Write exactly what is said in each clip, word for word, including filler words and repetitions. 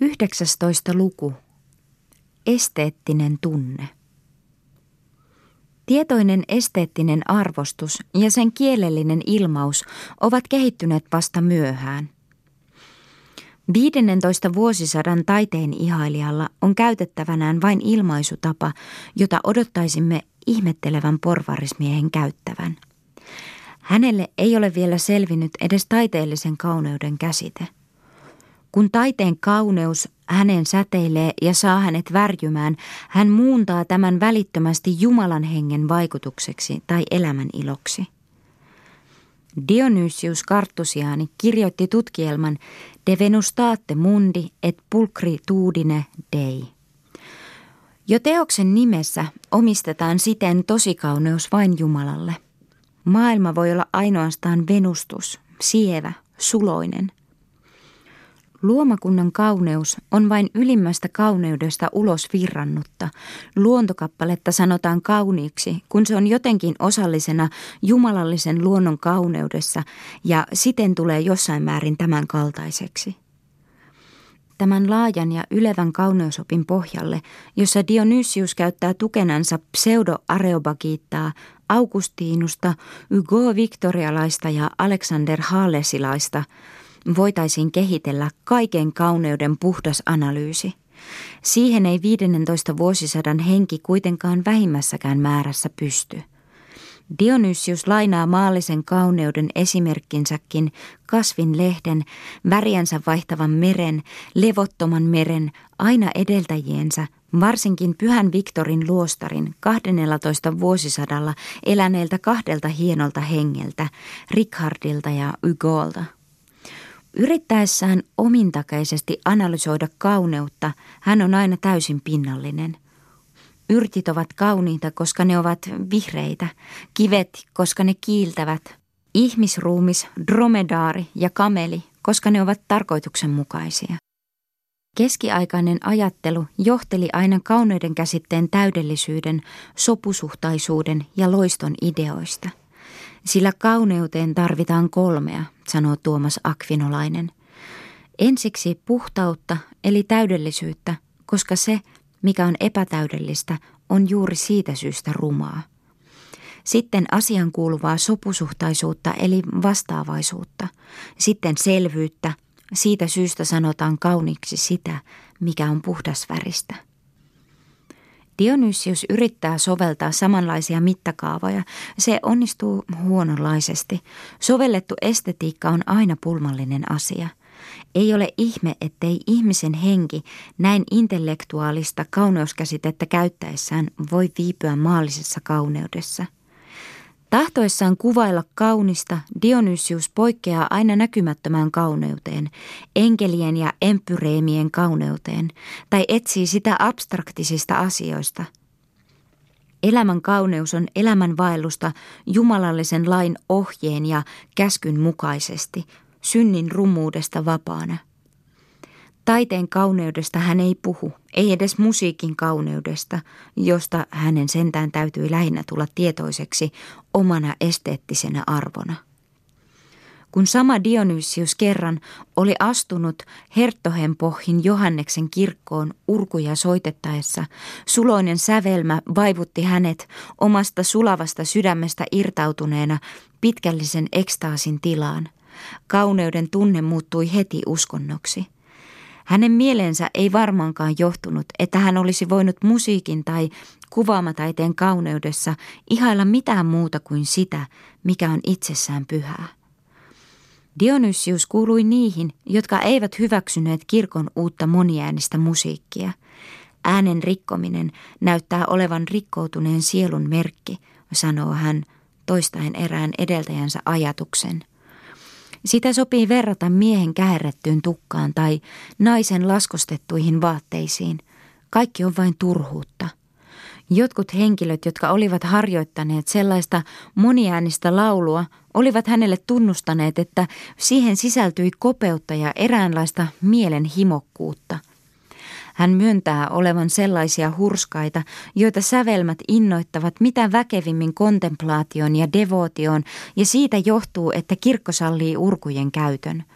Yhdeksästoista luku. Esteettinen tunne. Tietoinen esteettinen arvostus ja sen kielellinen ilmaus ovat kehittyneet vasta myöhään. Viidennentoista vuosisadan taiteen ihailijalla on käytettävänään vain ilmaisutapa, jota odottaisimme ihmettelevän porvarismiehen käyttävän. Hänelle ei ole vielä selvinnyt edes taiteellisen kauneuden käsite. Kun taiteen kauneus hänen säteilee ja saa hänet värjymään, hän muuntaa tämän välittömästi Jumalan hengen vaikutukseksi tai elämän iloksi. Dionysius Karttusiaani kirjoitti tutkielman De Venustate Mundi et Pulcritudine Dei. Jo teoksen nimessä omistetaan siten tosikauneus vain Jumalalle. Maailma voi olla ainoastaan venustus, sievä, suloinen. Luomakunnan kauneus on vain ylimmästä kauneudesta ulos virrannutta. Luontokappaletta sanotaan kauniiksi, kun se on jotenkin osallisena jumalallisen luonnon kauneudessa ja siten tulee jossain määrin tämän kaltaiseksi. Tämän laajan ja ylevän kauneusopin pohjalle, jossa Dionysius käyttää tukenansa pseudo-areopagiittaa, Augustinusta, Hugo Victorialaista ja Alexander Halesilaista, voitaisiin kehitellä kaiken kauneuden puhdas analyysi. Siihen ei viidennentoista vuosisadan henki kuitenkaan vähimmässäkään määrässä pysty. Dionysius lainaa maallisen kauneuden esimerkkinsäkin kasvin lehden, väriänsä vaihtavan meren, levottoman meren, aina edeltäjiensä, varsinkin Pyhän Viktorin luostarin kahdennellatoista vuosisadalla eläneeltä kahdelta hienolta hengeltä, Richardilta ja Hugolta. Yrittäessään omintakeisesti analysoida kauneutta, hän on aina täysin pinnallinen. Yrtit ovat kauniita, koska ne ovat vihreitä, kivet, koska ne kiiltävät, ihmisruumis, dromedaari ja kameli, koska ne ovat tarkoituksenmukaisia. Keskiaikainen ajattelu johteli aina kauneuden käsitteen täydellisyyden, sopusuhtaisuuden ja loiston ideoista. Sillä kauneuteen tarvitaan kolmea, sanoo Tuomas Akvinolainen. Ensiksi puhtautta eli täydellisyyttä, koska se, mikä on epätäydellistä, on juuri siitä syystä rumaa. Sitten asian kuuluvaa sopusuhtaisuutta eli vastaavaisuutta. Sitten selvyyttä, siitä syystä sanotaan kauniiksi sitä, mikä on puhdasväristä. Dionysius yrittää soveltaa samanlaisia mittakaavoja. Se onnistuu huononlaisesti. Sovellettu estetiikka on aina pulmallinen asia. Ei ole ihme, ettei ihmisen henki näin intellektuaalista kauneuskäsitettä käyttäessään voi viipyä maallisessa kauneudessa. Tahtoessaan kuvailla kaunista, Dionysius poikkeaa aina näkymättömään kauneuteen, enkelien ja empyreemien kauneuteen, tai etsii sitä abstraktisista asioista. Elämän kauneus on elämän vaellusta jumalallisen lain ohjeen ja käskyn mukaisesti, synnin rumuudesta vapaana. Taiteen kauneudesta hän ei puhu, ei edes musiikin kauneudesta, josta hänen sentään täytyi lähinnä tulla tietoiseksi omana esteettisenä arvona. Kun sama Dionysius kerran oli astunut Herttohenboschin Johanneksen kirkkoon urkuja soitettaessa, suloinen sävelmä vaivutti hänet omasta sulavasta sydämestä irtautuneena pitkällisen ekstaasin tilaan. Kauneuden tunne muuttui heti uskonnoksi. Hänen mielensä ei varmaankaan johtunut, että hän olisi voinut musiikin tai kuvaamataiteen kauneudessa ihailla mitään muuta kuin sitä, mikä on itsessään pyhää. Dionysius kuului niihin, jotka eivät hyväksyneet kirkon uutta moniäänistä musiikkia. Äänen rikkominen näyttää olevan rikkoutuneen sielun merkki, sanoo hän toistaen erään edeltäjänsä ajatuksen. Sitä sopii verrata miehen käherrettyyn tukkaan tai naisen laskostettuihin vaatteisiin. Kaikki on vain turhuutta. Jotkut henkilöt, jotka olivat harjoittaneet sellaista moniäänistä laulua, olivat hänelle tunnustaneet, että siihen sisältyi kopeutta ja eräänlaista mielen himokkuutta. Hän myöntää olevan sellaisia hurskaita, joita sävelmät innoittavat mitä väkevimmin kontemplaation ja devootioon, ja siitä johtuu, että kirkko sallii urkujen käytön.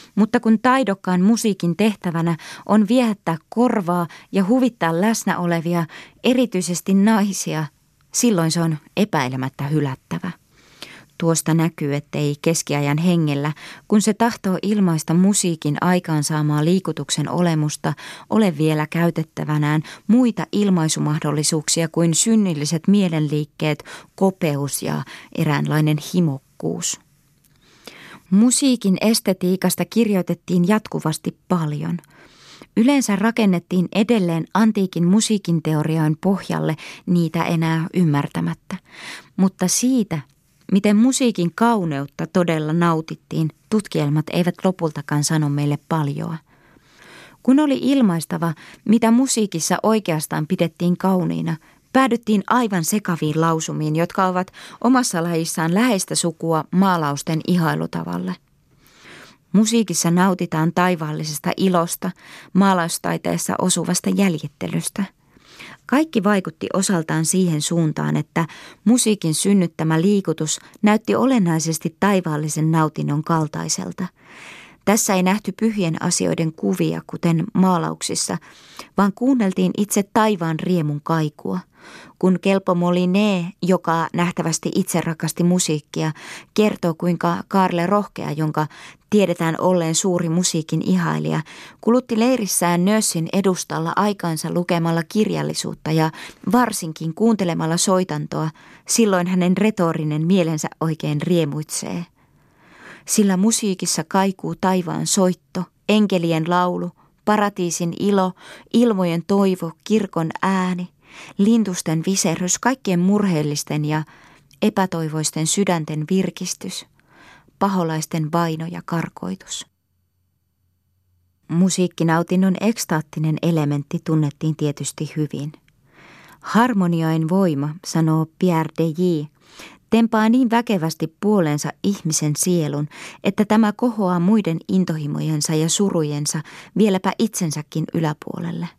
Mutta kun taidokkaan musiikin tehtävänä on viehättää korvaa ja huvittaa läsnä olevia, erityisesti naisia, silloin se on epäilemättä hylättävä. Tuosta näkyy, ettei keskiajan hengellä, kun se tahtoo ilmaista musiikin aikaansaamaa liikutuksen olemusta, ole vielä käytettävänään muita ilmaisumahdollisuuksia kuin synnilliset mielenliikkeet, kopeus ja eräänlainen himokkuus. Musiikin estetiikasta kirjoitettiin jatkuvasti paljon. Yleensä rakennettiin edelleen antiikin musiikin teorioin pohjalle niitä enää ymmärtämättä, mutta siitä, miten musiikin kauneutta todella nautittiin, tutkielmat eivät lopultakaan sano meille paljoa. Kun oli ilmaistava, mitä musiikissa oikeastaan pidettiin kauniina, päädyttiin aivan sekaviin lausumiin, jotka ovat omassa lajissaan läheistä sukua maalausten ihailutavalle. Musiikissa nautitaan taivaallisesta ilosta, maalaustaiteessa osuvasta jäljittelystä. Kaikki vaikutti osaltaan siihen suuntaan, että musiikin synnyttämä liikutus näytti olennaisesti taivaallisen nautinnon kaltaiselta. Tässä ei nähty pyhien asioiden kuvia, kuten maalauksissa, vaan kuunneltiin itse taivaan riemun kaikua. Kun Kelpo Moliné, joka nähtävästi itse rakasti musiikkia, kertoo kuinka Kaarle Rohkea, jonka tiedetään olleen suuri musiikin ihailija, kulutti leirissään Nössin edustalla aikaansa lukemalla kirjallisuutta ja varsinkin kuuntelemalla soitantoa, silloin hänen retorinen mielensä oikein riemuitsee. Sillä musiikissa kaikuu taivaan soitto, enkelien laulu, paratiisin ilo, ilmojen toivo, kirkon ääni, lintusten viserys, kaikkien murheellisten ja epätoivoisten sydänten virkistys, paholaisten vaino ja karkoitus. Musiikkinautinnon ekstaattinen elementti tunnettiin tietysti hyvin. Harmonioin voima, sanoo Pierre Deji, tempaa niin väkevästi puoleensa ihmisen sielun, että tämä kohoaa muiden intohimojensa ja surujensa vieläpä itsensäkin yläpuolelle.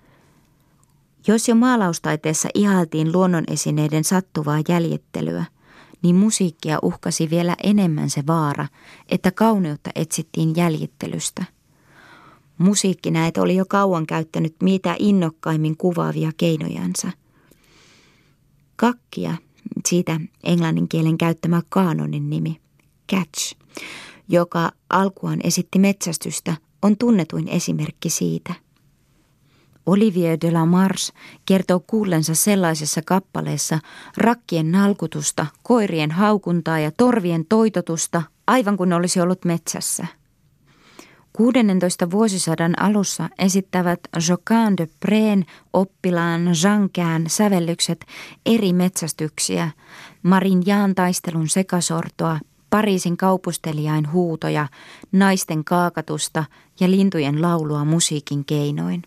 Jos jo maalaustaiteessa ihailtiin luonnonesineiden sattuvaa jäljittelyä, niin musiikkia uhkasi vielä enemmän se vaara, että kauneutta etsittiin jäljittelystä. Musiikki näet oli jo kauan käyttänyt mitä innokkaimmin kuvaavia keinojansa. Kakkia, siitä englannin kielen käyttämä kaanonin nimi, catch, joka alkuaan esitti metsästystä, on tunnetuin esimerkki siitä. Olivier de la Marche kertoo kuullensa sellaisessa kappaleessa rakkien nalkutusta, koirien haukuntaa ja torvien toitotusta, aivan kuin olisi ollut metsässä. kuudennentoista vuosisadan alussa esittävät Josquin de Prén oppilaan Jean sävellykset eri metsästyksiä, Marignaan taistelun sekasortoa, Pariisin kaupustelijain huutoja, naisten kaakatusta ja lintujen laulua musiikin keinoin.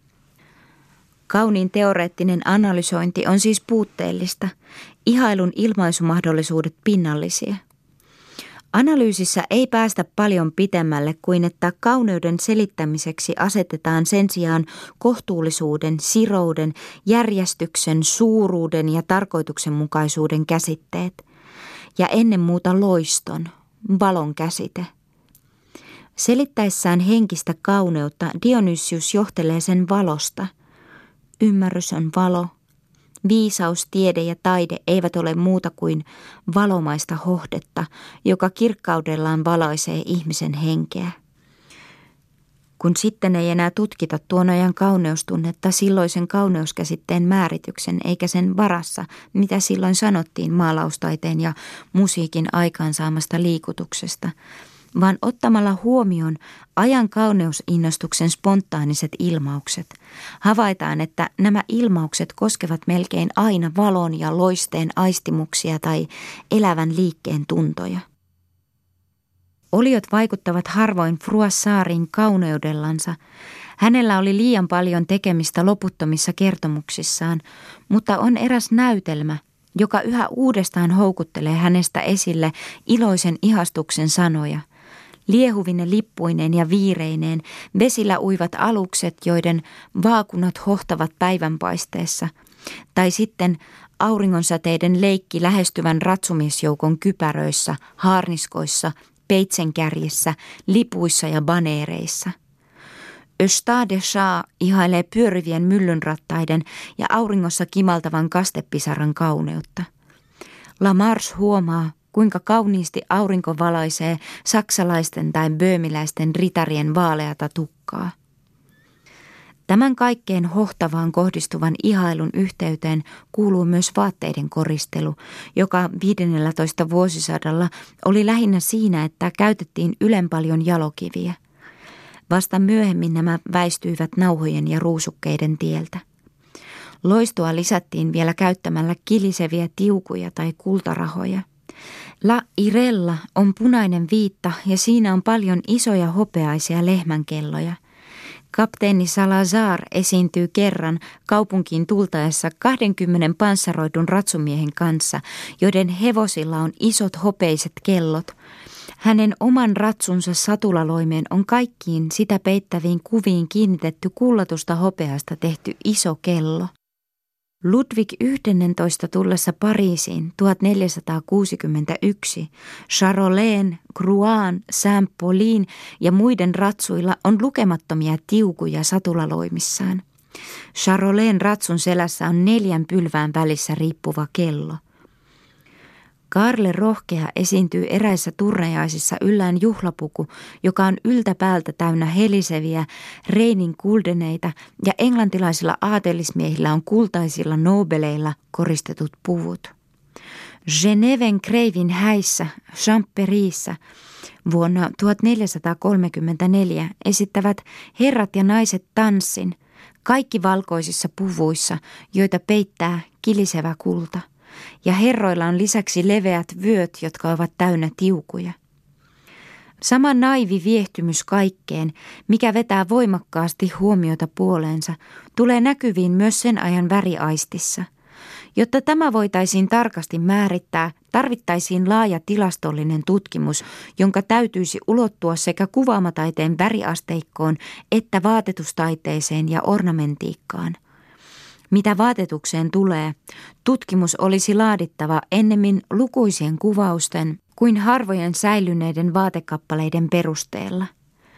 Kauniin teoreettinen analysointi on siis puutteellista, ihailun ilmaisumahdollisuudet pinnallisia. Analyysissä ei päästä paljon pitemmälle kuin että kauneuden selittämiseksi asetetaan sen sijaan kohtuullisuuden, sirouden, järjestyksen, suuruuden ja tarkoituksenmukaisuuden käsitteet ja ennen muuta loiston, valon käsite. Selittäessään henkistä kauneutta Dionysius johtelee sen valosta. Ymmärrys on valo. Viisaus, tiede ja taide eivät ole muuta kuin valomaista hohdetta, joka kirkkaudellaan valaisee ihmisen henkeä. Kun sitten ei enää tutkita tuon ajan kauneustunnetta silloisen kauneuskäsitteen määrityksen eikä sen varassa, mitä silloin sanottiin maalaustaiteen ja musiikin aikaansaamasta liikutuksesta, vaan ottamalla huomioon ajan kauneusinnostuksen spontaaniset ilmaukset, havaitaan, että nämä ilmaukset koskevat melkein aina valon ja loisteen aistimuksia tai elävän liikkeen tuntoja. Oliot vaikuttavat harvoin Froissarin kauneudellansa. Hänellä oli liian paljon tekemistä loputtomissa kertomuksissaan, mutta on eräs näytelmä, joka yhä uudestaan houkuttelee hänestä esille iloisen ihastuksen sanoja. Liehuvine lippuineen ja viireineen vesillä uivat alukset, joiden vaakunat hohtavat päivänpaisteessa, tai sitten auringonsäteiden leikki lähestyvän ratsumiesjoukon kypäröissä, haarniskoissa, peitsenkärjessä, lipuissa ja baneereissa. Östa de Shah ihailee pyörivien myllynrattaiden ja auringossa kimaltavan kastepisaran kauneutta. La Marche huomaa, kuinka kauniisti aurinko valaisee saksalaisten tai böömiläisten ritarien vaaleata tukkaa. Tämän kaikkeen hohtavaan kohdistuvan ihailun yhteyteen kuuluu myös vaatteiden koristelu, joka viidennellätoista vuosisadalla oli lähinnä siinä, että käytettiin ylen paljon jalokiviä. Vasta myöhemmin nämä väistyivät nauhojen ja ruusukkeiden tieltä. Loistoa lisättiin vielä käyttämällä kiliseviä tiukuja tai kultarahoja. La Irella on punainen viitta ja siinä on paljon isoja hopeaisia lehmänkelloja. Kapteeni Salazar esiintyy kerran kaupunkiin tultaessa kahdenkymmenen panssaroidun ratsumiehen kanssa, joiden hevosilla on isot hopeiset kellot. Hänen oman ratsunsa satulaloimeen on kaikkiin sitä peittäviin kuviin kiinnitetty kullatusta hopeasta tehty iso kello. Ludwig yhdennentoista tullessa Pariisiin tuhatneljäsataakuusikymmentäyksi Charolais, Gruan, Saint-Paulin ja muiden ratsuilla on lukemattomia tiukuja satulaloimissaan. Charolaisen ratsun selässä on neljän pylvään välissä riippuva kello. Karle Rohkea esiintyy eräissä turnajaisissa yllään juhlapuku, joka on yltäpäältä täynnä heliseviä Reinin kuldeneita ja englantilaisilla aatelismiehillä on kultaisilla nobeleilla koristetut puvut. Geneven kreivin häissä Champerissä vuonna tuhatneljäsataakolmekymmentäneljä esittävät herrat ja naiset tanssin, kaikki valkoisissa puvuissa, joita peittää kilisevä kulta. Ja herroilla on lisäksi leveät vyöt, jotka ovat täynnä tiukuja. Sama naivi viehtymys kaikkeen, mikä vetää voimakkaasti huomiota puoleensa, tulee näkyviin myös sen ajan väriaistissa. Jotta tämä voitaisiin tarkasti määrittää, tarvittaisiin laaja tilastollinen tutkimus, jonka täytyisi ulottua sekä kuvaamataiteen väriasteikkoon että vaatetustaiteeseen ja ornamentiikkaan. Mitä vaatetukseen tulee, tutkimus olisi laadittava ennemmin lukuisien kuvausten kuin harvojen säilyneiden vaatekappaleiden perusteella.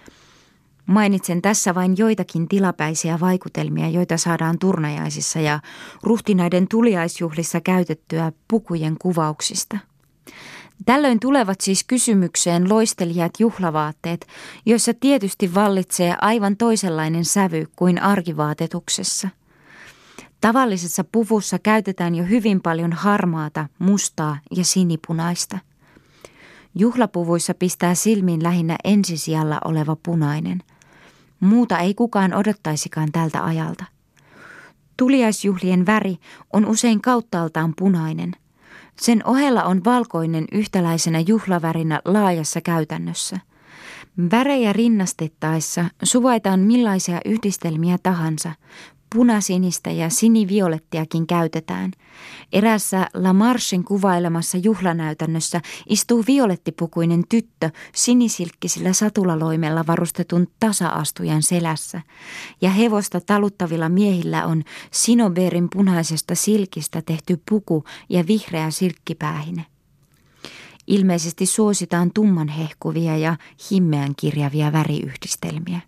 Mainitsen tässä vain joitakin tilapäisiä vaikutelmia, joita saadaan turnajaisissa ja ruhtinaiden tuliaisjuhlissa käytettyä pukujen kuvauksista. Tällöin tulevat siis kysymykseen loistelijat juhlavaatteet, joissa tietysti vallitsee aivan toisenlainen sävy kuin arkivaatetuksessa. Tavallisessa puvussa käytetään jo hyvin paljon harmaata, mustaa ja sinipunaista. Juhlapuvuissa pistää silmiin lähinnä ensisijalla oleva punainen. Muuta ei kukaan odottaisikaan tältä ajalta. Tuliaisjuhlien väri on usein kauttaaltaan punainen. Sen ohella on valkoinen yhtäläisenä juhlavärinä laajassa käytännössä. Värejä rinnastettaessa suvaitaan millaisia yhdistelmiä tahansa. Punasinistä ja siniviolettiakin käytetään. Erässä La Marchen kuvailemassa juhlanäytännössä istuu violettipukuinen tyttö sinisilkkisillä satulaloimella varustetun tasa-astujan selässä, ja hevosta taluttavilla miehillä on sinoberin punaisesta silkistä tehty puku ja vihreä silkkipäähine. Ilmeisesti suositaan tummanhehkuvia ja himmeän kirjavia väriyhdistelmiä.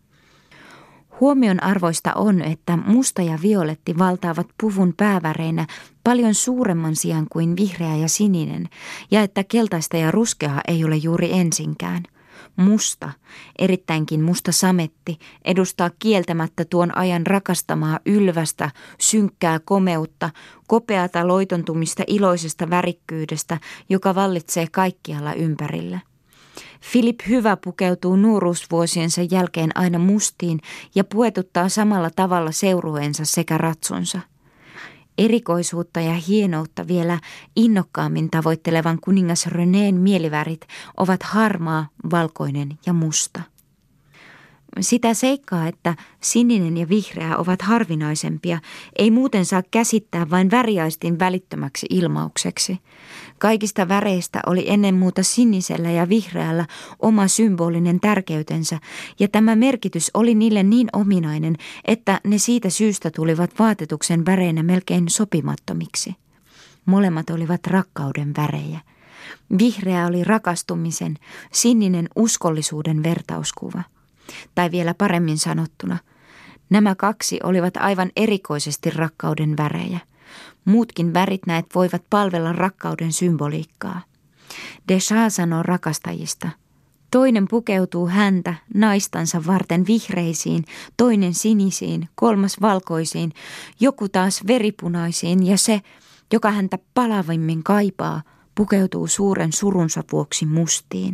Huomion arvoista on, että musta ja violetti valtaavat puvun pääväreinä paljon suuremman sijan kuin vihreä ja sininen, ja että keltaista ja ruskeaa ei ole juuri ensinkään. Musta, erittäinkin musta sametti, edustaa kieltämättä tuon ajan rakastamaa ylvästä, synkkää komeutta, kopeata loitontumista iloisesta värikkyydestä, joka vallitsee kaikkialla ympärillä. Philip Hyvä pukeutuu nuoruusvuosiensa jälkeen aina mustiin ja puetuttaa samalla tavalla seurueensa sekä ratsunsa. Erikoisuutta ja hienoutta vielä innokkaammin tavoittelevan kuningas Renén mielivärit ovat harmaa, valkoinen ja musta. Sitä seikkaa, että sininen ja vihreä ovat harvinaisempia, ei muuten saa käsittää vain väriaistin välittömäksi ilmaukseksi. Kaikista väreistä oli ennen muuta sinisellä ja vihreällä oma symbolinen tärkeytensä, ja tämä merkitys oli niille niin ominainen, että ne siitä syystä tulivat vaatetuksen väreinä melkein sopimattomiksi. Molemmat olivat rakkauden värejä. Vihreä oli rakastumisen, sininen uskollisuuden vertauskuva. Tai vielä paremmin sanottuna, nämä kaksi olivat aivan erikoisesti rakkauden värejä. Muutkin värit näet voivat palvella rakkauden symboliikkaa. Deschamps sanoo rakastajista: toinen pukeutuu häntä, naistansa varten vihreisiin, toinen sinisiin, kolmas valkoisiin, joku taas veripunaisiin ja se, joka häntä palavimmin kaipaa, pukeutuu suuren surunsa vuoksi mustiin.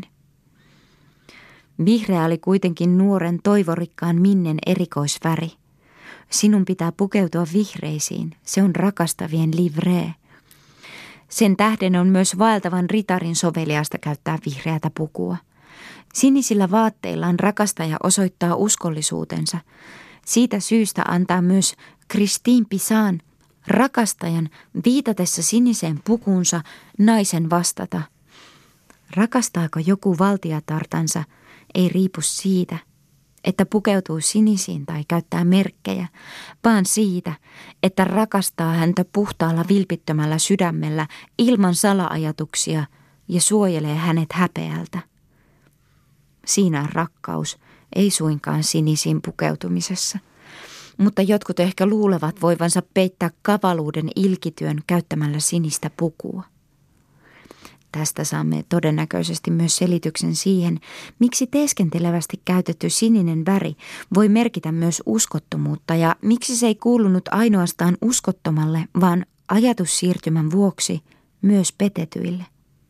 Vihreä oli kuitenkin nuoren toivorikkaan Minnen erikoisväri. Sinun pitää pukeutua vihreisiin, se on rakastavien livree. Sen tähden on myös vaeltavan ritarin soveliasta käyttää vihreätä pukua. Sinisillä vaatteillaan rakastaja osoittaa uskollisuutensa. Siitä syystä antaa myös Christine Pisan rakastajan viitatessa siniseen pukuunsa naisen vastata: rakastaako joku valtiatartansa, ei riipu siitä, että pukeutuu sinisiin tai käyttää merkkejä, vaan siitä, että rakastaa häntä puhtaalla vilpittömällä sydämellä ilman salaajatuksia ja suojelee hänet häpeältä. Siinä on rakkaus, ei suinkaan sinisiin pukeutumisessa. Mutta jotkut ehkä luulevat voivansa peittää kavaluuden ilkityön käyttämällä sinistä pukua. Tästä saamme todennäköisesti myös selityksen siihen, miksi teeskentelevästi käytetty sininen väri voi merkitä myös uskottomuutta ja miksi se ei kuulunut ainoastaan uskottomalle, vaan ajatussiirtymän vuoksi myös petetyille.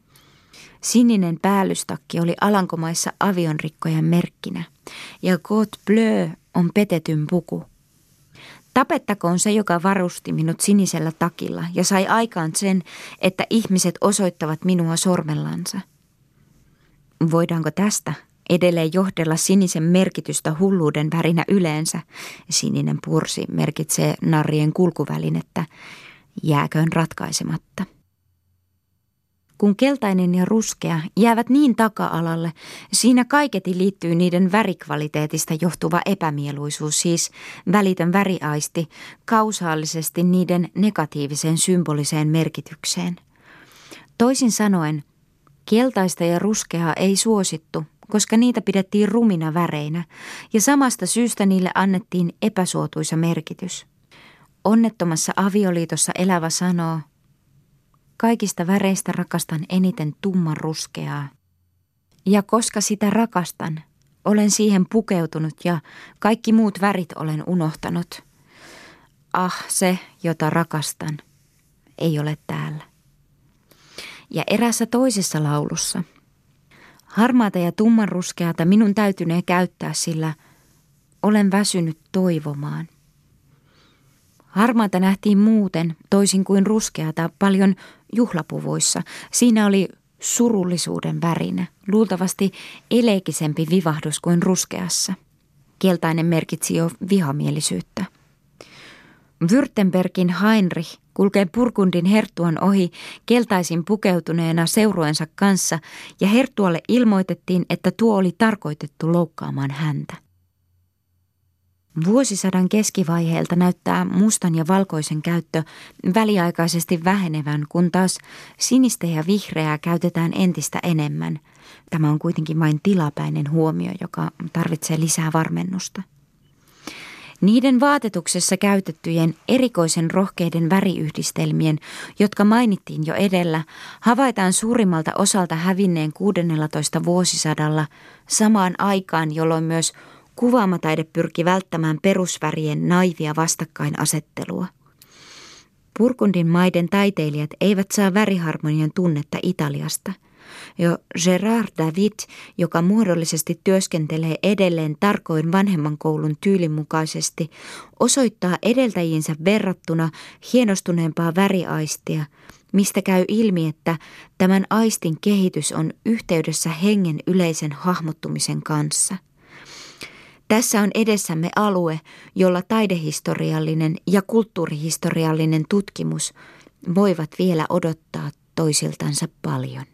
Sininen päällystakki oli Alankomaissa avionrikkojen merkkinä ja Côte Bleue on petetyn puku. Tapettakoon se, joka varusti minut sinisellä takilla ja sai aikaan sen, että ihmiset osoittavat minua sormellansa. Voidaanko tästä edelleen johdella sinisen merkitystä hulluuden värinä yleensä? Sininen pursi merkitsee narrien kulkuvälinettä. Jääköön ratkaisematta. Kun keltainen ja ruskea jäävät niin taka-alalle, siinä kaiketi liittyy niiden värikvaliteetista johtuva epämieluisuus, siis välitön väriaisti, kausaalisesti niiden negatiiviseen symboliseen merkitykseen. Toisin sanoen, keltaista ja ruskeaa ei suosittu, koska niitä pidettiin rumina väreinä, ja samasta syystä niille annettiin epäsuotuisa merkitys. Onnettomassa avioliitossa elävä sanoo: kaikista väreistä rakastan eniten tumman ruskeaa. Ja koska sitä rakastan, olen siihen pukeutunut ja kaikki muut värit olen unohtanut. Ah, se, jota rakastan, ei ole täällä. Ja eräässä toisessa laulussa: harmaata ja tummanruskeata minun täytynee käyttää, sillä olen väsynyt toivomaan. Harmaata nähtiin muuten, toisin kuin ruskeata, paljon juhlapuvuissa. Siinä oli surullisuuden värinä, luultavasti eleekisempi vivahdus kuin ruskeassa. Keltainen merkitsi jo vihamielisyyttä. Württembergin Heinrich kulkee Burgundin herttuan ohi keltaisin pukeutuneena seurueensa kanssa ja herttualle ilmoitettiin, että tuo oli tarkoitettu loukkaamaan häntä. Vuosisadan keskivaiheelta näyttää mustan ja valkoisen käyttö väliaikaisesti vähenevän, kun taas sinistä ja vihreää käytetään entistä enemmän. Tämä on kuitenkin vain tilapäinen huomio, joka tarvitsee lisää varmennusta. Niiden vaatetuksessa käytettyjen erikoisen rohkeiden väriyhdistelmien, jotka mainittiin jo edellä, havaitaan suurimmalta osalta hävinneen kuudennellatoista vuosisadalla samaan aikaan, jolloin myös kuvaamataide pyrki välttämään perusvärien naivia vastakkainasettelua. Burgundin maiden taiteilijat eivät saa väriharmonian tunnetta Italiasta. Jo Gérard David, joka muodollisesti työskentelee edelleen tarkoin vanhemman koulun tyylin mukaisesti, osoittaa edeltäjiinsä verrattuna hienostuneempaa väriaistia, mistä käy ilmi, että tämän aistin kehitys on yhteydessä hengen yleisen hahmottumisen kanssa. Tässä on edessämme alue, jolla taidehistoriallinen ja kulttuurihistoriallinen tutkimus voivat vielä odottaa toisiltansa paljon.